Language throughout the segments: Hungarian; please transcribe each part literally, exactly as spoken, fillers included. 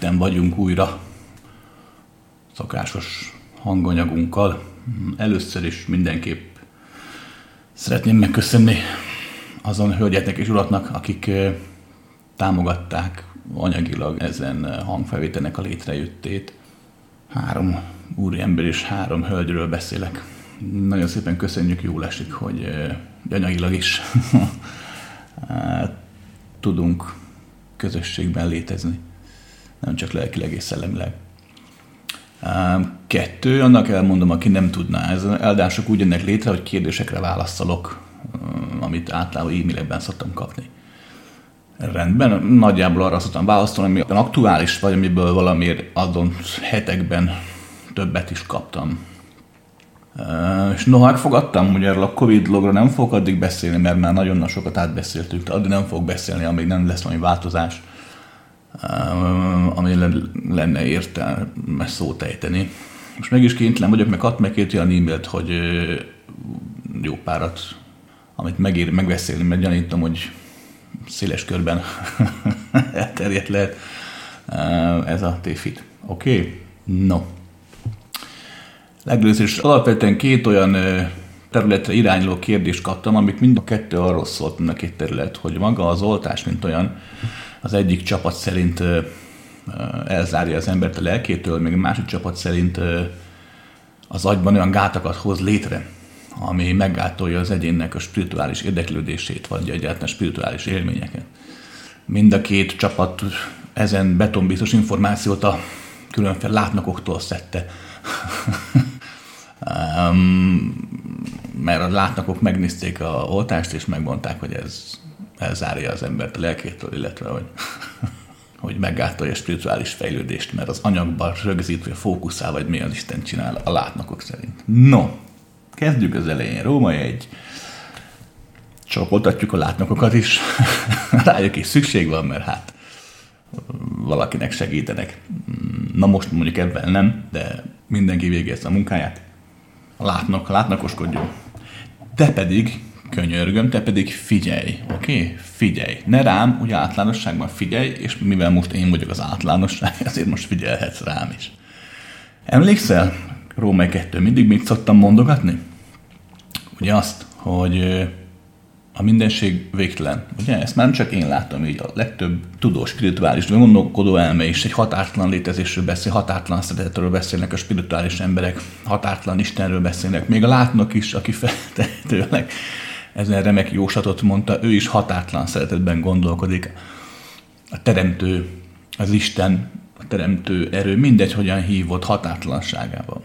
ketten vagyunk újra szokásos hanganyagunkkal. Először is mindenképp szeretném megköszönni azon hölgyeknek és uraknak, akik támogatták anyagilag ezen hangfelvételnek a létrejöttét. Három úriember és három hölgyről beszélek. Nagyon szépen köszönjük, jól esik, hogy anyagilag is tudunk közösségben létezni. Nem csak lelkileg és szellemileg. Kettő, annak elmondom, aki nem tudná. Ez az eldások úgy jönnek létre, hogy kérdésekre válaszolok, amit általában e-mailekben szoktam kapni. Rendben, nagyjából arra szoktam válaszolni, ami aktuális, vagy amiből valamiért azon hetekben többet is kaptam. És noha megfogadtam, hogy erről a Covid logra nem fogok addig beszélni, mert már nagyon sokat átbeszéltük, de addig nem fogok beszélni, amíg nem lesz valami változás, ami lenne értelmes szót ejteni. Most meg is kénytelen vagyok, meg hat meg két olyan e-mailt, hogy jó párat, amit megér megbeszélni, mert gyanítom, hogy széles körben elterjedt lehet ez a tévhit. Oké? Okay? No. Legelőször is alapvetően két olyan területre irányuló kérdést kaptam, amik mind a kettő arról szólt, mind a két terület, hogy maga az oltás, mint olyan, az egyik csapat szerint elzárja az embert a lelkétől, még a másik csapat szerint az agyban olyan gátakat hoz létre, ami meggátolja az egyénnek a spirituális érdeklődését, vagy egyáltalán spirituális élményeket. Mind a két csapat ezen betonbiztos információt a különféle látnokoktól szedte. um, mert a látnokok megnézték a oltást, és megmondták, hogy ez elzárja az embert a lelkétől, illetve hogy, hogy meggátolja a spirituális fejlődést, mert az anyagban rögzít, vagy fókuszál, vagy mi az Isten csinál a látnokok szerint. No, kezdjük az elején. Róma egy. Csókoltatjuk a látnokokat is. Rájuk is szükség van, mert hát valakinek segítenek. Na most mondjuk ebben nem, de mindenki végezze a munkáját. A látnok, látnokoskodjon. Te pedig, könyörgöm, te pedig figyelj, oké? Okay? Figyelj. Ne rám, ugye általánosságban figyelj, és mivel most én vagyok az általánosság, ezért most figyelhetsz rám is. Emlékszel? Római kettő, mindig mit szoktam mondogatni? Ugye azt, hogy a mindenség végtelen. Ugye ezt már nem csak én látom, így a legtöbb tudós, spirituális, gondolkodó elme is egy határtalan létezésről beszél, határtalan szeretetről beszélnek a spirituális emberek, határtalan Istenről beszélnek. Még a látnok is, aki feltehetőleg ezen remek jóslatot mondta, ő is határtalan szeretetben gondolkodik. A teremtő, az Isten, a teremtő erő, mindegy, hogyan hívott határtalanságában.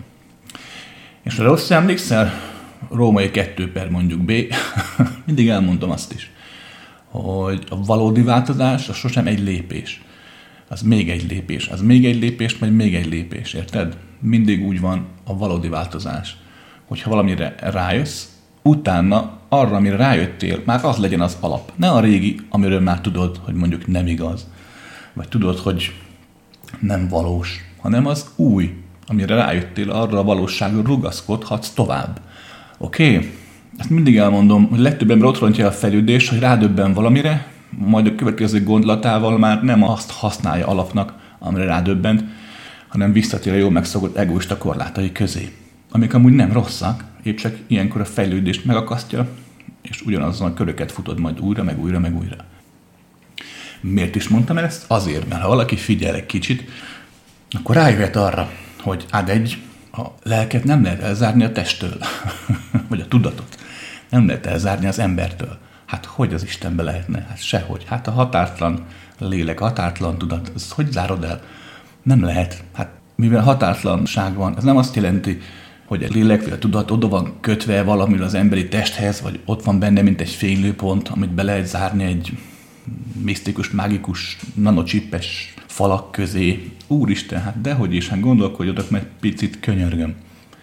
És ha rossz emlékszel, Római kettő per mondjuk B, mindig elmondom azt is, hogy a valódi változás az sosem egy lépés. Az még egy lépés, az még egy lépés, majd még egy lépés, érted? Mindig úgy van a valódi változás, hogyha valamire rájössz, utána arra, amire rájöttél, már az legyen az alap. Ne a régi, amiről már tudod, hogy mondjuk nem igaz, vagy tudod, hogy nem valós, hanem az új, amire rájöttél, arra a valóságra rugaszkodhatsz tovább. Oké? Okay? Ezt mindig elmondom, hogy legtöbb ember ott rontja a fejlődést, hogy rádöbben valamire, majd a következő gondolatával már nem azt használja alapnak, amire rádöbbent, hanem visszatér a jól megszokott egoista korlátai közé. Amik amúgy nem rosszak, épp csak ilyenkor a fejlődést megakasztja, és ugyanazon a köröket futod majd újra, meg újra, meg újra. Miért is mondtam ezt? Azért, mert ha valaki figyel egy kicsit, akkor rájöhet arra, hogy ad egy, a lelket nem lehet elzárni a testtől, vagy a tudatot. Nem lehet elzárni az embertől. Hát hogy az Istenbe lehetne? Hát sehogy. Hát a határtlan lélek, határtlan tudat, az hogy zárod el? Nem lehet. Hát mivel határtlanság van, ez nem azt jelenti, hogy a lélek vagy a tudat oda van kötve valamire az emberi testhez, vagy ott van benne, mint egy fénylőpont, amit be lehet zárni egy misztikus, mágikus, nanocsippes falak közé. Úristen, hát dehogy is, hát gondolkodjatok meg picit, könyörgöm.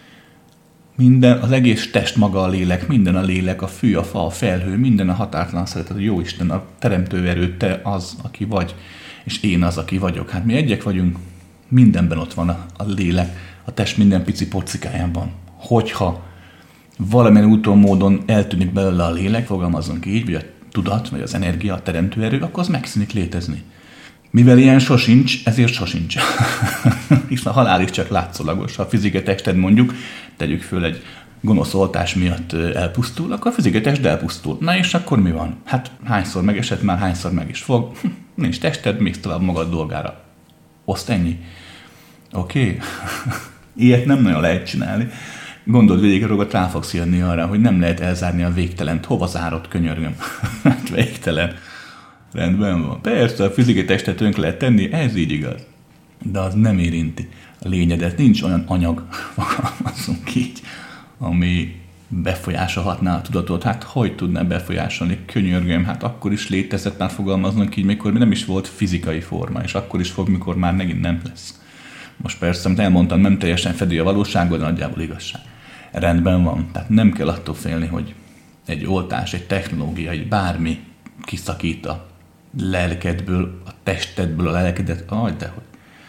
Minden, az egész test maga a lélek, minden a lélek, a fű, a fa, a felhő, minden a határtalan szeretet, a Jóisten, a teremtő erő, te az, aki vagy, és én az, aki vagyok. Hát mi egyek vagyunk, mindenben ott van a, a lélek, a test minden pici pocikájában. Hogyha valamilyen úton, módon eltűnik belőle a lélek, fogalmazzunk így, vagy a tudat, vagy az energia, a teremtő erő, akkor az megszűnik létezni. Mivel ilyen sosincs, ezért sosincs. Hisz a halál is csak látszólagos. Ha a fizikai tested mondjuk, tegyük föl egy gonosz oltás miatt elpusztul, akkor a fizikai test elpusztul. Na és akkor mi van? Hát hányszor megesett, már hányszor meg is fog. Nincs tested, mész tovább magad dolgára. Oszt ennyi. Oké? Okay? Ilyet nem nagyon lehet csinálni. Gondold végig, rogat rá fogsz jönni arra, hogy nem lehet elzárni a végtelent. Hova zárod, könyörgöm? Hát végtelen. Rendben van. Persze, a fizikai testet tönkre lehet tenni, ez így igaz. De az nem érinti a lényedet. Nincs olyan anyag, fogalmazunk így, ami befolyásolhatná a tudatot. Hát hogy tudná befolyásolni? Könyörgöm, hát akkor is létezett már fogalmaznunk így, mikor nem is volt fizikai forma, és akkor is fog, mikor már megint nem lesz. Most persze, amit elmondtam, nem teljesen fedi a valóságot, de nagyjából igazság. Rendben van. Tehát nem kell attól félni, hogy egy oltás, egy technológia, egy bármi kiszakít a lelkedből, a testedből a lelkedet. Aj, dehogy.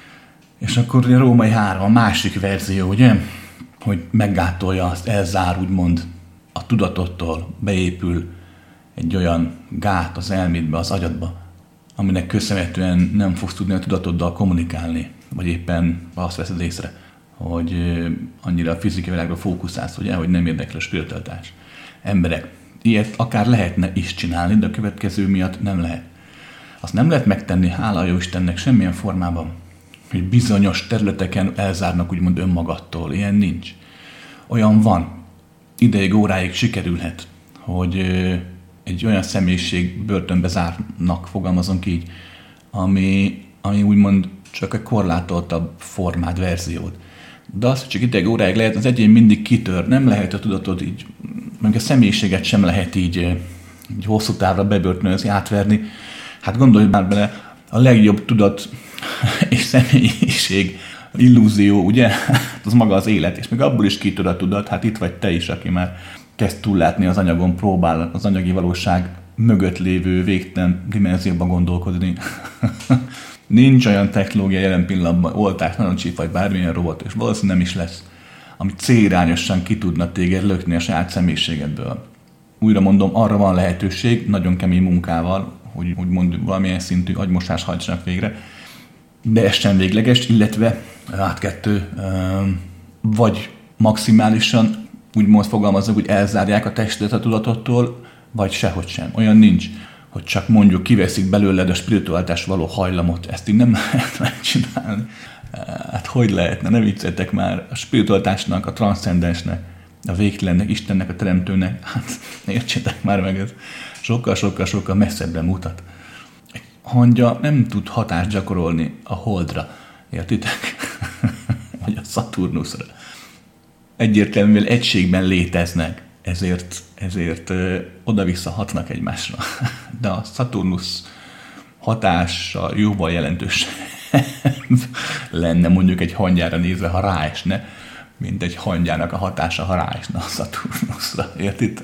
És akkor ugye a római három, a másik verzió, ugye? Hogy meggátolja, azt elzár, úgymond a tudatottól, beépül egy olyan gát az elmédbe, az agyadba, aminek köszönhetően nem fogsz tudni a tudatoddal kommunikálni, vagy éppen azt veszed észre, hogy annyira a fizikai világra fókuszálsz, ugye, hogy nem érdekel a spiritualitás. Emberek, ilyet akár lehetne is csinálni, de a következő miatt nem lehet. Azt nem lehet megtenni, hála jó Istennek, semmilyen formában, hogy bizonyos területeken elzárnak úgymond önmagattól. Ilyen nincs. Olyan van. Ideig, óráig sikerülhet, hogy egy olyan személyiség börtönbe zárnak, fogalmazunk így, ami, ami úgymond csak egy korlátoltabb formád, verziód. De az, hogy csak ideig, óráig lehet, az egyén mindig kitör. Nem lehet a tudatod így, meg a személyiséget sem lehet így, így hosszú távra bebörtönözni, átverni. Hát gondolj már bele, a legjobb tudat és személyiség, illúzió, ugye? Az maga az élet, és még abból is kitör a tudat, hát itt vagy te is, aki már kezd túllátni az anyagon, próbál az anyagi valóság mögött lévő végtelen dimenzióban gondolkodni. Nincs olyan technológia jelen pillanatban, oltás, nanocsip, vagy bármilyen robot, és valószínűleg nem is lesz, ami célirányosan ki tudna téged lökni a saját személyiségedből. Újra mondom, arra van lehetőség, nagyon kemény munkával, hogy úgymond valamilyen szintű agymosás hajtsanak végre, de ez sem végleges, illetve átkettő, vagy maximálisan úgymond fogalmazok, hogy elzárják a testet a tudatottól, vagy sehogy sem. Olyan nincs, hogy csak mondjuk kiveszik belőled a spiritualitás való hajlamot. Ezt így nem lehet megcsinálni. Hát hogy lehetne? Ne vicceltek már. A spiritualitásnak, a transzcendensnek, a végtelennek, Istennek, a teremtőnek, hát értsétek már meg, ez sokkal-sokkal-sokkal messzebbre mutat. Egy hangya nem tud hatást gyakorolni a Holdra, értitek? Vagy a Szaturnuszra. Egyértelműen egységben léteznek, ezért, ezért ö, oda-vissza hatnak egymásra. De a Szaturnusz hatása jóval jelentős lenne mondjuk egy hangyára nézve, ha ráesne, mint egy hangyának a hatása, ha ráesne a Szaturnuszra. Értitek?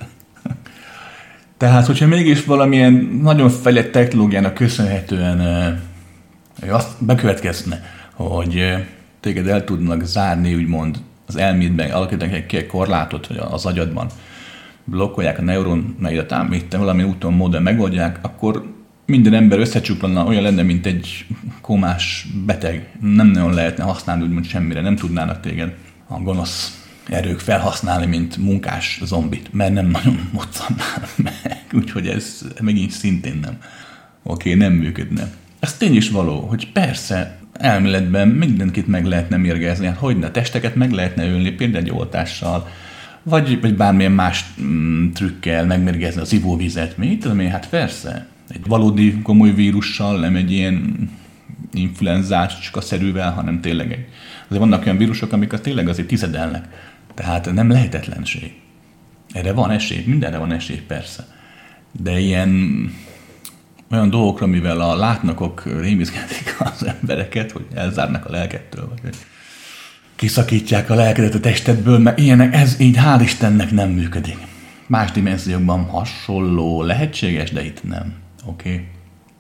Tehát, hogyha mégis valamilyen nagyon fejlett technológiának köszönhetően ö, azt bekövetkezne, hogy ö, téged el tudnak zárni, úgymond az elmédben, alakítanak egy korlátot, hogy az agyadban blokkolják a neuronaidat, ám itt valami úton, módon megoldják, akkor minden ember összecsuplanna, olyan lenne, mint egy komás beteg. Nem nagyon lehetne használni úgymond semmire, nem tudnának téged a gonosz erők felhasználni, mint munkás zombit, mert nem nagyon moccannának meg, úgyhogy ez megint szintén nem. Oké, okay, nem működne. Ez tény is való, hogy persze elméletben mindenkit meg lehetne mérgezni, hát hogyne, testeket meg lehetne ölni, például egy oltással, vagy, vagy bármilyen más mm, trükkel megmérgezni az ivóvizet. Mit tudom én, hát persze. Egy valódi komoly vírussal, nem egy ilyen influenzácska-szerűvel, hanem tényleg egy. Azért vannak olyan vírusok, amik tényleg azért tizedelnek. Tehát nem lehetetlenség. Erre van esély, mindenre van esély, persze. De ilyen olyan dolgokra, mivel a látnokok rémizgetik az embereket, hogy elzárnak a lelkettől, vagy hogy kiszakítják a lelkedet a testedből, mert ilyenek, ez így hál' Istennek nem működik. Más dimenziókban hasonló lehetséges, de itt nem. Oké. Okay.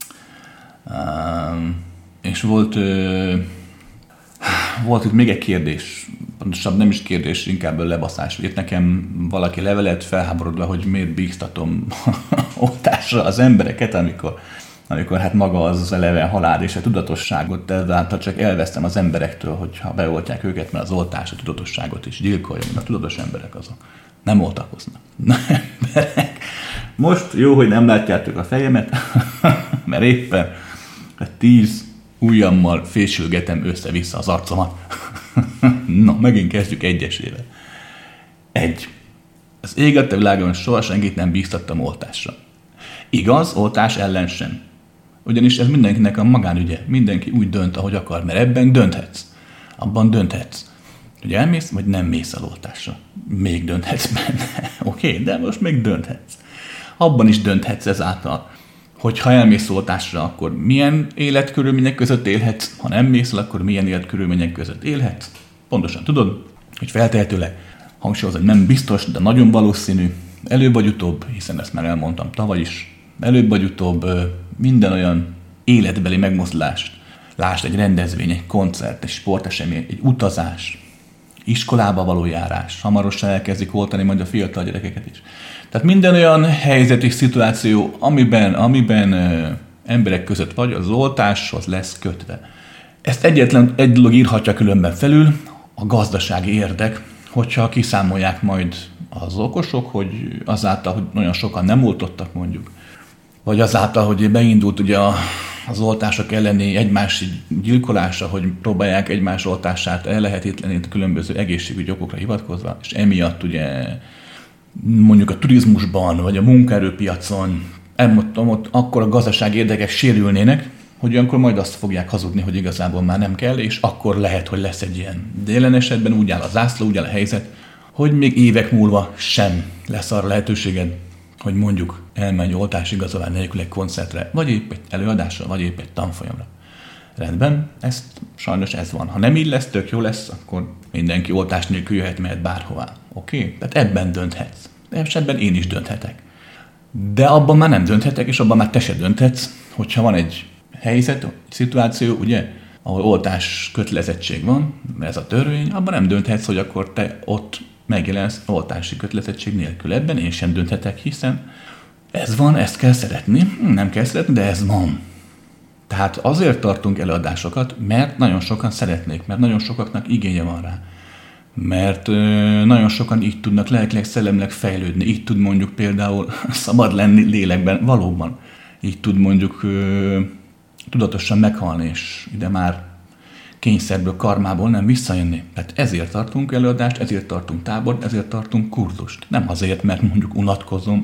Um, és volt, uh, volt itt még egy kérdés, pontosabb nem is kérdés, inkább lebaszás. Írt nekem valaki levelet felháborodva, hogy miért bíztatom oltásra az embereket, amikor amikor hát maga az, az eleve halál és a tudatosságot, ezáltal csak elvesztem az emberektől, hogyha beoltják őket, mert az oltás a tudatosságot is gyilkolja, mint a tudatos emberek azok nem oltakoznak. Na, emberek, most jó, hogy nem látjátok a fejemet, mert éppen tíz ujjammal fésülgetem össze-vissza az arcomat. Na, megint kezdjük egyesével. Egy. Az ég a világon soha senkit nem bíztattam oltásra. Igaz, oltás ellen sem. Ugyanis ez mindenkinek a magánügye. Mindenki úgy dönt, ahogy akar, mert ebben dönthetsz. Abban dönthetsz, hogy elmész, vagy nem mész el oltásra. Még dönthetsz benne. Oké, okay, de most még dönthetsz. Abban is dönthetsz ezáltal, hogy ha elmész oltásra, akkor milyen életkörülmények között élhetsz, ha nem mész el, akkor milyen életkörülmények között élhetsz. Pontosan tudod, hogy feltehetőleg hangsúlyozom, hogy nem biztos, de nagyon valószínű, előbb vagy utóbb, hiszen ezt már elmondtam tavaly is, előbb vagy utóbb minden olyan életbeli megmozdulást, lásd egy rendezvény, egy koncert, egy sportesemény, egy utazás, iskolába való járás, hamarosan elkezdik oltani majd a fiatal gyerekeket is. Tehát minden olyan helyzet és szituáció, amiben, amiben ö, emberek között vagy, az oltáshoz lesz kötve. Ezt egyetlen egy dolog írhatja különben felül, a gazdasági érdek, hogyha kiszámolják majd az okosok, hogy azáltal, hogy nagyon sokan nem oltottak mondjuk, vagy azáltal, hogy beindult ugye a, az oltások elleni egymás gyilkolása, hogy próbálják egymás oltását ellehetetleníteni különböző egészségügyi okokra hivatkozva, és emiatt ugye mondjuk a turizmusban, vagy a munkaerőpiacon elmondtam, ott akkor a gazdasági érdekek sérülnének, hogy olyankor majd azt fogják hazudni, hogy igazából már nem kell, és akkor lehet, hogy lesz egy ilyen. De jelen esetben úgy áll a zászló, úgy áll a helyzet, hogy még évek múlva sem lesz arra lehetőséged, hogy mondjuk elmenj oltásigazolvány nélkül egy koncertre, vagy épp egy előadásra, vagy épp egy tanfolyamra. Rendben, ezt, sajnos ez van. Ha nem így lesz, tök jó lesz, akkor mindenki oltás nélkül jöhet, mehet bárhová. Oké? Okay? Tehát ebben dönthetsz. De esetben én is döntem. De abban már nem dönthetek, és abban már te se dönthetsz, hogyha van egy helyzet, egy szituáció, ugye, ahol oltás kötelezettség van, ez a törvény, abban nem dönthetsz, hogy akkor te ott megjelensz oltási kötelezettség nélkül. Ebben én sem dönthetek, hiszen ez van, ezt kell szeretni. Nem kell szeretni, de ez van. Tehát azért tartunk előadásokat, mert nagyon sokan szeretnék, mert nagyon sokaknak igénye van rá. Mert ö, nagyon sokan így tudnak lelkileg, szellemileg fejlődni. Így tud mondjuk például szabad lenni lélekben, valóban. Így tud mondjuk ö, tudatosan meghalni, és ide már kényszerből, karmából nem visszajönni. Tehát ezért tartunk előadást, ezért tartunk tábort, ezért tartunk kurzust. Nem azért, mert mondjuk unatkozom.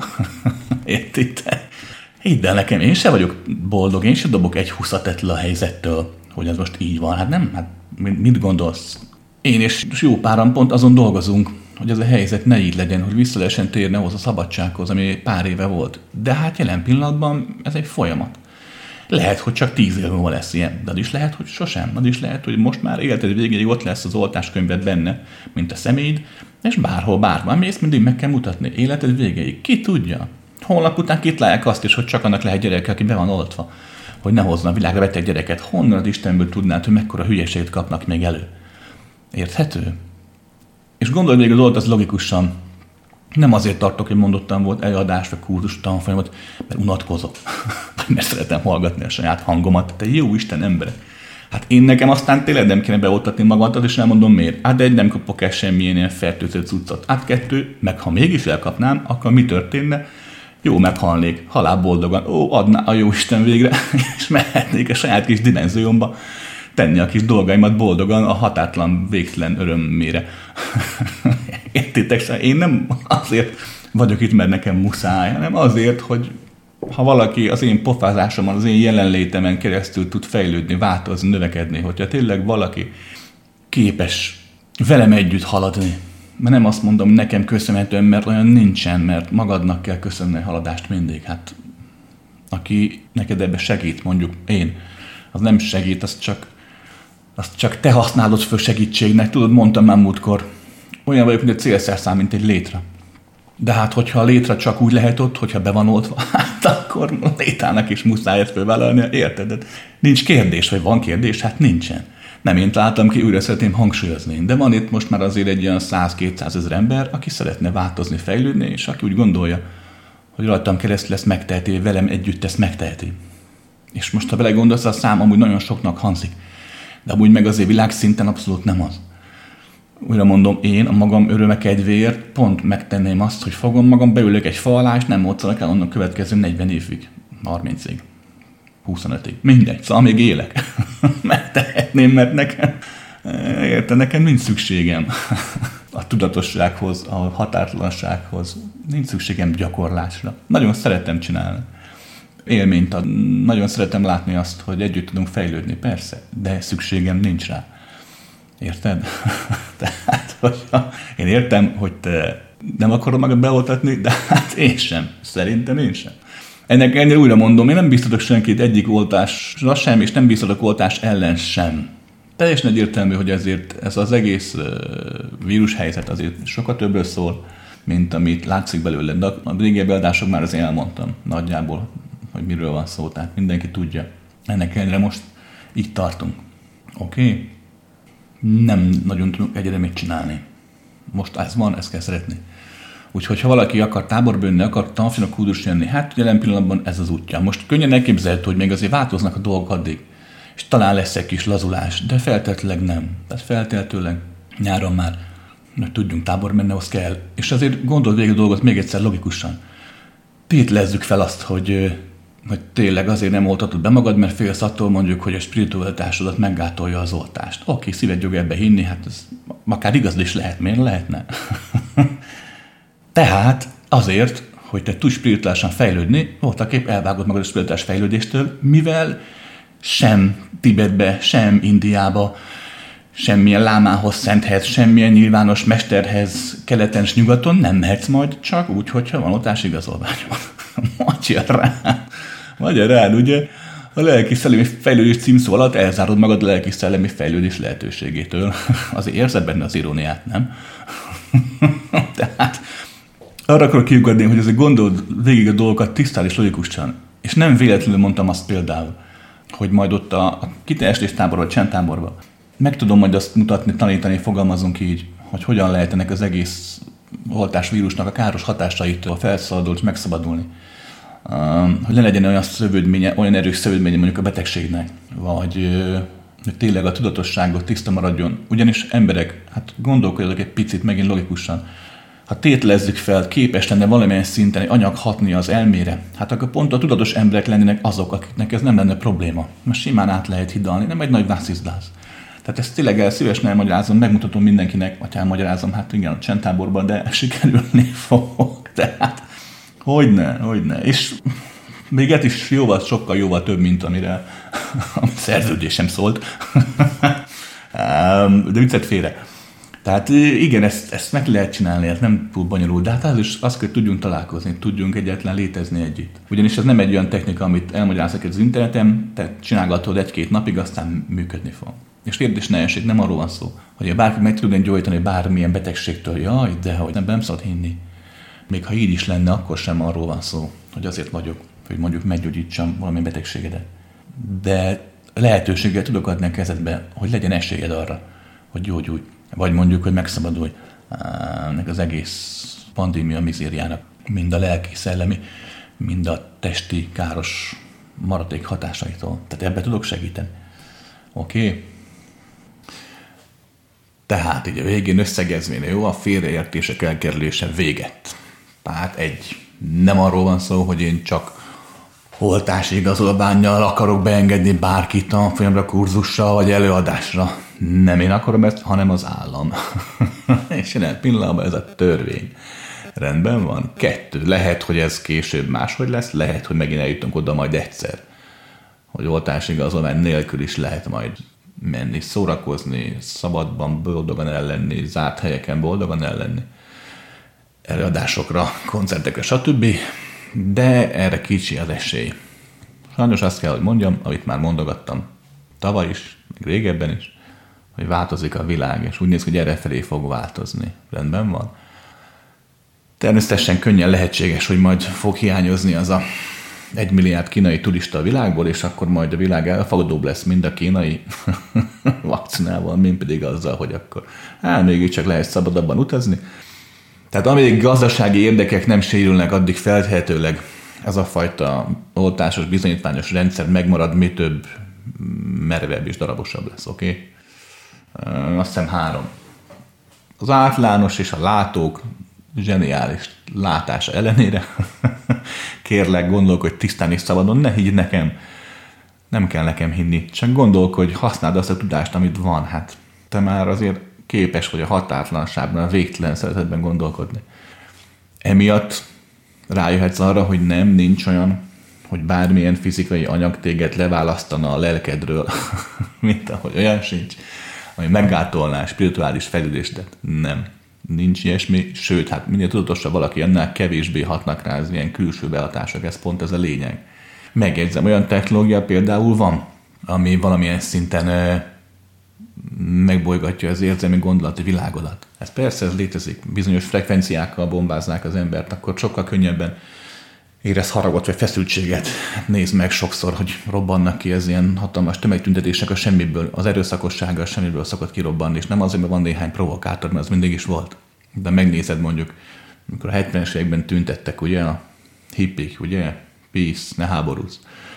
Értitek? Hidd el nekem, én se vagyok boldog, én se dobok egy húszat le a helyzettől, hogy ez most így van. Hát nem, hát mit gondolsz? Én és jó páran pont azon dolgozunk, hogy ez a helyzet ne így legyen, hogy vissza lehessen térni ahhoz a szabadsághoz, ami pár éve volt. De hát jelen pillanatban ez egy folyamat. Lehet, hogy csak tíz év múlva lesz ilyen, de az is lehet, hogy sosem. Az is lehet, hogy most már életed végéig ott lesz az oltáskönyved benne, mint a személyed, és bárhol, bárhol mész, mindig meg kell mutatni. Életed végéig. Ki tudja? Holnap után kitalálják azt is, hogy csak annak lehet gyereke, aki be van oltva, hogy ne hozna a világra beteg gyereket. Honnan az Istenből tudnád, hogy mekkora hülyeséget kapnak még elő? Érthető? És gondolj még az olt, az logikusan. Nem azért tartok, hogy mondottam volt előadás, vagy kurzus, tanfolyamot, mert unatkozok. Mert szeretem hallgatni a saját hangomat. Te jó Isten emberek. Hát én nekem aztán tényleg nem kéne beoltatni magamat, és elmondom miért. Hát egy, nem kapok el semmilyen ilyen fertőző cuccot. Hát kettő, meg ha mégis elkapnám, akkor mi történne? Jó, meghalnék, halál boldogan. Ó, adná a jó Isten végre, és mehetnék a saját kis dimenziómba tenni a kis dolgaimat boldogan a határtlan, végtelen örömmére. Értitek? Én nem azért vagyok itt, mert nekem muszáj, hanem azért, hogy ha valaki az én pofázásomon, az én jelenlétemen keresztül tud fejlődni, változni, növekedni, hogyha tényleg valaki képes velem együtt haladni, mert nem azt mondom nekem köszönhetően, mert olyan nincsen, mert magadnak kell köszönni a haladást mindig. Hát aki neked ebbe segít, mondjuk én, az nem segít, az csak, azt csak te használod föl segítségnek. Tudod, mondtam már múltkor, olyan vagyok, mint egy célszerszám, mint egy létre. De hát, hogyha a létre csak úgy lehet ott, hogyha be van oltva, hát akkor a létának is muszáj ezt fölvállalni, érted? Nincs kérdés, vagy van kérdés? Hát nincsen. Nem én találtam ki, újra szeretném hangsúlyozni. De van itt most már azért egy olyan száz-kétszázezer ember, aki szeretne változni, fejlődni, és aki úgy gondolja, hogy rajtam keresztül ezt megteheti, velem együtt ezt megteheti. És most, ha belegondolsz, a szám amúgy nagyon soknak hangzik. De amúgy meg azért világszinten abszolút nem az. Újra mondom, én a magam öröme kedvéért pont megtenném azt, hogy fogom magam, beülök egy fa alá, és nem moccanak el onnan következő negyven évig, harmincig, huszonötig. Mindegy, szóval még élek. Megtehetném, mert nekem, érte, nekem nincs szükségem a tudatossághoz, a határtalansághoz. Nincs szükségem gyakorlásra. Nagyon szeretem csinálni. Élményt ad. Nagyon szeretem látni azt, hogy együtt tudunk fejlődni, persze, de szükségem nincs rá. Érted? Tehát, hogyha én értem, hogy te nem akarod magad beoltatni, de hát én sem. Szerintem én sem. Ennek ennél újra mondom, én nem biztatok senkit egyik oltásra sem, és nem biztatok oltás ellen sem. Teljesen egyértelmű, hogy ezért ez az egész vírushelyzet azért sokkal többről szól, mint amit látszik belőle. De a régebbi adások már azért elmondtam nagyjából, hogy miről van szó, tehát mindenki tudja. Ennek ellenére most így tartunk. Oké? Okay? Nem nagyon tudunk egyre mit csinálni. Most ez van, ezt kell szeretni. Úgyhogy ha valaki akar táborba jönni, akar tanfolyamra kúdus jönni, hát jelen pillanatban ez az útja. Most könnyen elképzelhető, hogy még azért változnak a dolgok addig, és talán lesz egy kis lazulás, de feltétlenül nem. Tehát feltétlenül nyáron már, hogy tudjunk táborba menni, az kell. És azért gondold végig a dolgot még egyszer logikusan. Tételezzük fel azt, hogy, hogy tényleg azért nem oltatod be magad, mert félsz attól mondjuk, hogy a spiritualitásodat meggátolja az oltást. Oké, szíved jog ebbe hinni, hát ez akár igaz is lehet, miért lehetne? Tehát azért, hogy te tudj spirituálisan fejlődni, voltaképp elvágod magad a spirituális fejlődéstől, mivel sem Tibetbe, sem Indiába, semmilyen lámához, szenthez, semmilyen nyilvános mesterhez, keleten és nyugaton nem mehetsz majd csak úgy, hogyha van oltás igazolványod. Magyar rád, magyar rád, ugye? A lelki-szellemi fejlődés címszó alatt elzárod magad a lelki-szellemi fejlődés lehetőségétől. Azért érzed benne az iróniát, nem? Tehát arra akarok kiugodni, hogy ezért gondold végig a dolgokat tisztán és logikusan. És nem véletlenül mondtam azt például, hogy majd ott a, a kiteljesítés táborban, a csendtáborban meg tudom majd azt mutatni, tanítani, fogalmazunk így, hogy hogyan lehet ennek az egész oltásvírusnak a káros hatásaitól felszabadulni és megszabadulni. Um, hogy ne legyen olyan szövődménye, olyan erős szövődménye mondjuk a betegségnek, vagy uh, hogy tényleg a tudatosságot tiszta maradjon. Ugyanis emberek, hát gondolkodjatok egy picit megint logikusan, ha tételezzük fel, képes lenne valamilyen szinten egy anyag hatni az elmére, hát akkor pont a tudatos emberek lennének azok, akiknek ez nem lenne probléma. Mert simán át lehet hidalni, nem egy nagy vászizdász. Tehát ezt tényleg el szívesen elmagyarázom, megmutatom mindenkinek, vagy elmagyarázom, hát igen, a csendtáborban, de sikerülni fog. Tehát, hogyne, hogyne. És még ez is jóval, sokkal jóval több, mint amire a szerződésem szólt. De viccet félre. Tehát igen, ezt, ezt meg lehet csinálni, ez nem túl bonyolult, de hát az is azt kell, hogy tudjunk találkozni, tudjunk egyáltalán létezni együtt. Ugyanis ez nem egy olyan technika, amit elmagyarázok az interneten, te csinálgatod egy-két napig, aztán működni fog. És kérdés ne esik, nem arról van szó, hogy bárki meg tudni gyógyítani bármilyen betegségtől, jaj, de hogy nem, nem szabad hinni. Még ha így is lenne, akkor sem arról van szó, hogy azért vagyok, hogy mondjuk meggyógyítsam valamilyen betegségedet. De lehetőséggel tudok adni a kezedbe, hogy legyen esélyed arra, hogy gyógyulj. Vagy mondjuk, hogy megszabadulj ennek az egész pandémia mizériának, mind a lelki, szellemi, mind a testi káros maradék hatásaitól. Tehát ebben tudok segíteni. Oké? Okay? Tehát így a végén összegezvén, jó, a félreértések elkerülése véget. Tehát egy, nem arról van szó, hogy én csak oltási igazolvánnyal akarok beengedni bárkit a folyamra, kurzusra vagy előadásra. Nem én akarom ezt, hanem az állam. És jelen pillanatban ez a törvény. Rendben van. Kettő. Lehet, hogy ez később máshogy lesz, lehet, hogy megint eljutunk oda majd egyszer. Hogy oltási igazolvány nélkül is lehet majd menni, szórakozni, szabadban boldogan ellenni, zárt helyeken boldogan ellenni, előadásokra, koncertekre, stb. De erre kicsi az esély. Sajnos azt kell, hogy mondjam, amit már mondogattam tavaly is, még régebben is, hogy változik a világ, és úgy néz ki, hogy errefelé fog változni. Rendben van? Természetesen könnyen lehetséges, hogy majd fog hiányozni az a egy milliárd kínai turista a világból, és akkor majd a világ elfogadóbb lesz mind a kínai vakcinával, mint pedig azzal, hogy akkor hát mégiscsak lehet szabadabban utazni. Tehát amíg gazdasági érdekek nem sérülnek, addig feltehetőleg ez a fajta oltásos, bizonyítványos rendszer megmarad, mi több, merevebb és darabosabb lesz, oké? Okay? Azt hiszem három. Az általános és a látók zseniális látása ellenére kérlek, gondolkodj tisztán és szabadon, ne higgy nekem, nem kell nekem hinni, csak gondolkodj, használd azt a tudást, amit van, hát te már azért képes vagy a határtalanságban, a végtelen szeretetben gondolkodni. Emiatt rájöhetsz arra, hogy nem, nincs olyan, hogy bármilyen fizikai anyag téged leválasztana a lelkedről, mint ahogy olyan sincs, ami meggátolná a spirituális fejlődésdet. Nem. Nincs ilyesmi, sőt, hát minél tudatosabb valaki, annál kevésbé hatnak rá az ilyen külső behatások, ez pont ez a lényeg. Megjegyzem, olyan technológia például van, ami valamilyen szinten e, megbolygatja az érzelmi gondolati világodat. Ez persze, ez létezik. Bizonyos frekvenciákkal bombáznák az embert, akkor sokkal könnyebben érez haragot vagy feszültséget. Nézd meg sokszor, hogy robbannak ki ez ilyen hatalmas tömegtüntetések a semmiből, az erőszakossága a semmiből szokott kirobbanni, és nem azért, mert van néhány provokátor, mert az mindig is volt. De megnézed mondjuk, amikor a hetvenes években tüntettek, ugye, a hippik, ugye, peace, ne háborúzz.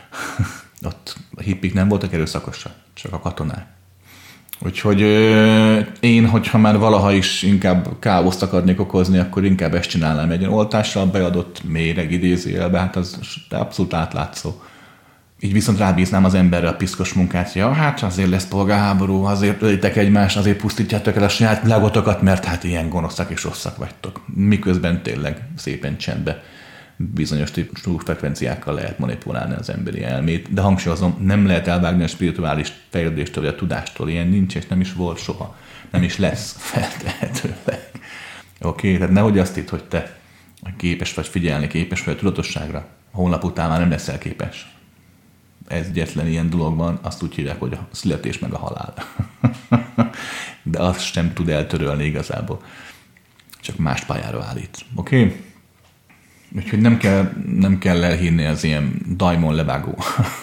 Ott a hippik nem voltak erőszakosak, csak a katonák. Úgyhogy ö, én, hogyha már valaha is inkább káoszt akarnék okozni, akkor inkább ezt csinálnám egy oltással beadott méreg idézőjelbe, hát az abszolút átlátszó. Így viszont rábíznám az emberre a piszkos munkát, ja, hát azért lesz polgárháború, azért ölitek egymást, azért pusztítjátok el a saját világotokat, mert hát ilyen gonoszak és rosszak vagytok. Miközben tényleg szépen csendbe bizonyos típusú frekvenciákkal lehet manipulálni az emberi elmét, de hangsúlyozom, nem lehet elvágni a spirituális fejlődéstől, vagy a tudástól. Ilyen nincs, és nem is volt soha. Nem is lesz feltehetőleg. Oké, okay? Tehát nehogy azt itt, hogy te képes vagy figyelni, képes vagy a tudatosságra. Holnap után már nem leszel képes. Ez egyetlen ilyen dolog van, azt úgy hívják, hogy a születés meg a halál. De azt sem tud eltörölni igazából. Csak más pályára állít. Oké? Okay? Úgyhogy nem kell, nem kell elhinni az ilyen dajmon levágó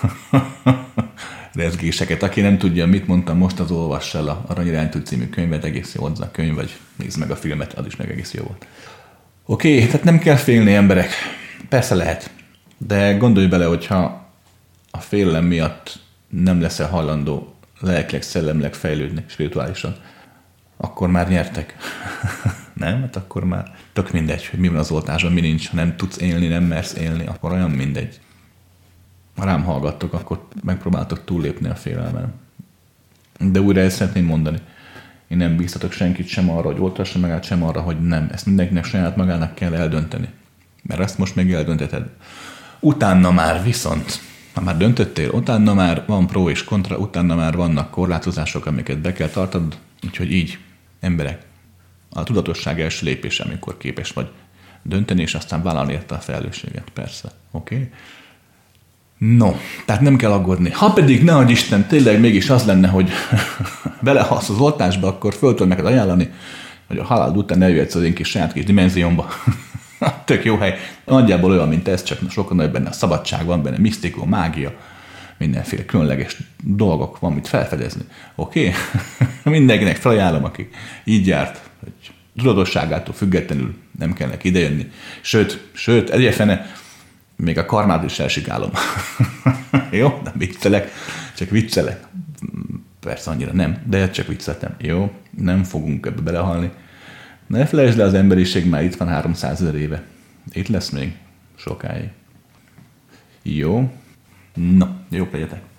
rezgéseket. Aki nem tudja, mit mondtam most, az olvass el a Aranyiránytű című könyvet, egész jó az a könyv, vagy nézd meg a filmet, az is meg egész jó volt. Oké, okay, tehát nem kell félni, emberek. Persze lehet. De gondolj bele, hogyha a félelem miatt nem leszel hajlandó lelkileg, szellemileg fejlődni spirituálisan, akkor már nyertek. Nem? Hát akkor már tök mindegy, hogy mi van az oltásban, mi nincs. Ha nem tudsz élni, nem mersz élni, akkor olyan mindegy. Ha rám hallgattok, akkor megpróbáltok túllépni a félelmen. De újra ezt szeretném mondani. Én nem bíztatok senkit sem arra, hogy oltassa magát, sem arra, hogy nem. Ezt mindenkinek saját magának kell eldönteni. Mert ezt most meg eldönteted. Utána már viszont, ha már döntöttél, utána már van pro és kontra, utána már vannak korlátozások, amiket be kell tartanod. Úgyhogy így, emberek, a tudatosság első lépés, amikor képes vagy dönteni, és aztán vállalni érte a felelősséget, persze. Oké? Okay? No, tehát nem kell aggódni. Ha pedig, nehogy Isten, tényleg mégis az lenne, hogy belehalsz az oltásba, akkor föl tudom neked ajánlani, hogy a halál után eljöhetsz az én kis saját kis dimenziómba. Tök jó hely. Nagyjából olyan, mint ez, csak sokkal nagyobb benne a szabadság, van benne misztikó, mágia, mindenféle különleges dolgok van, mit felfedezni. Oké? Okay? Mindenkinek felajánlom, aki így járt, hogy tudatosságától függetlenül nem kell neki idejönni. Sőt, sőt, egyébként még a karmát is elsigálom. Jó? Nem viccelek, csak viccelek. Persze annyira nem, de csak vicceltem. Jó? Nem fogunk ebbe belehalni. Ne felejtsd le, az emberiség már itt van háromszázezer éve. Itt lesz még sokáig. Jó? No, jó legyetek.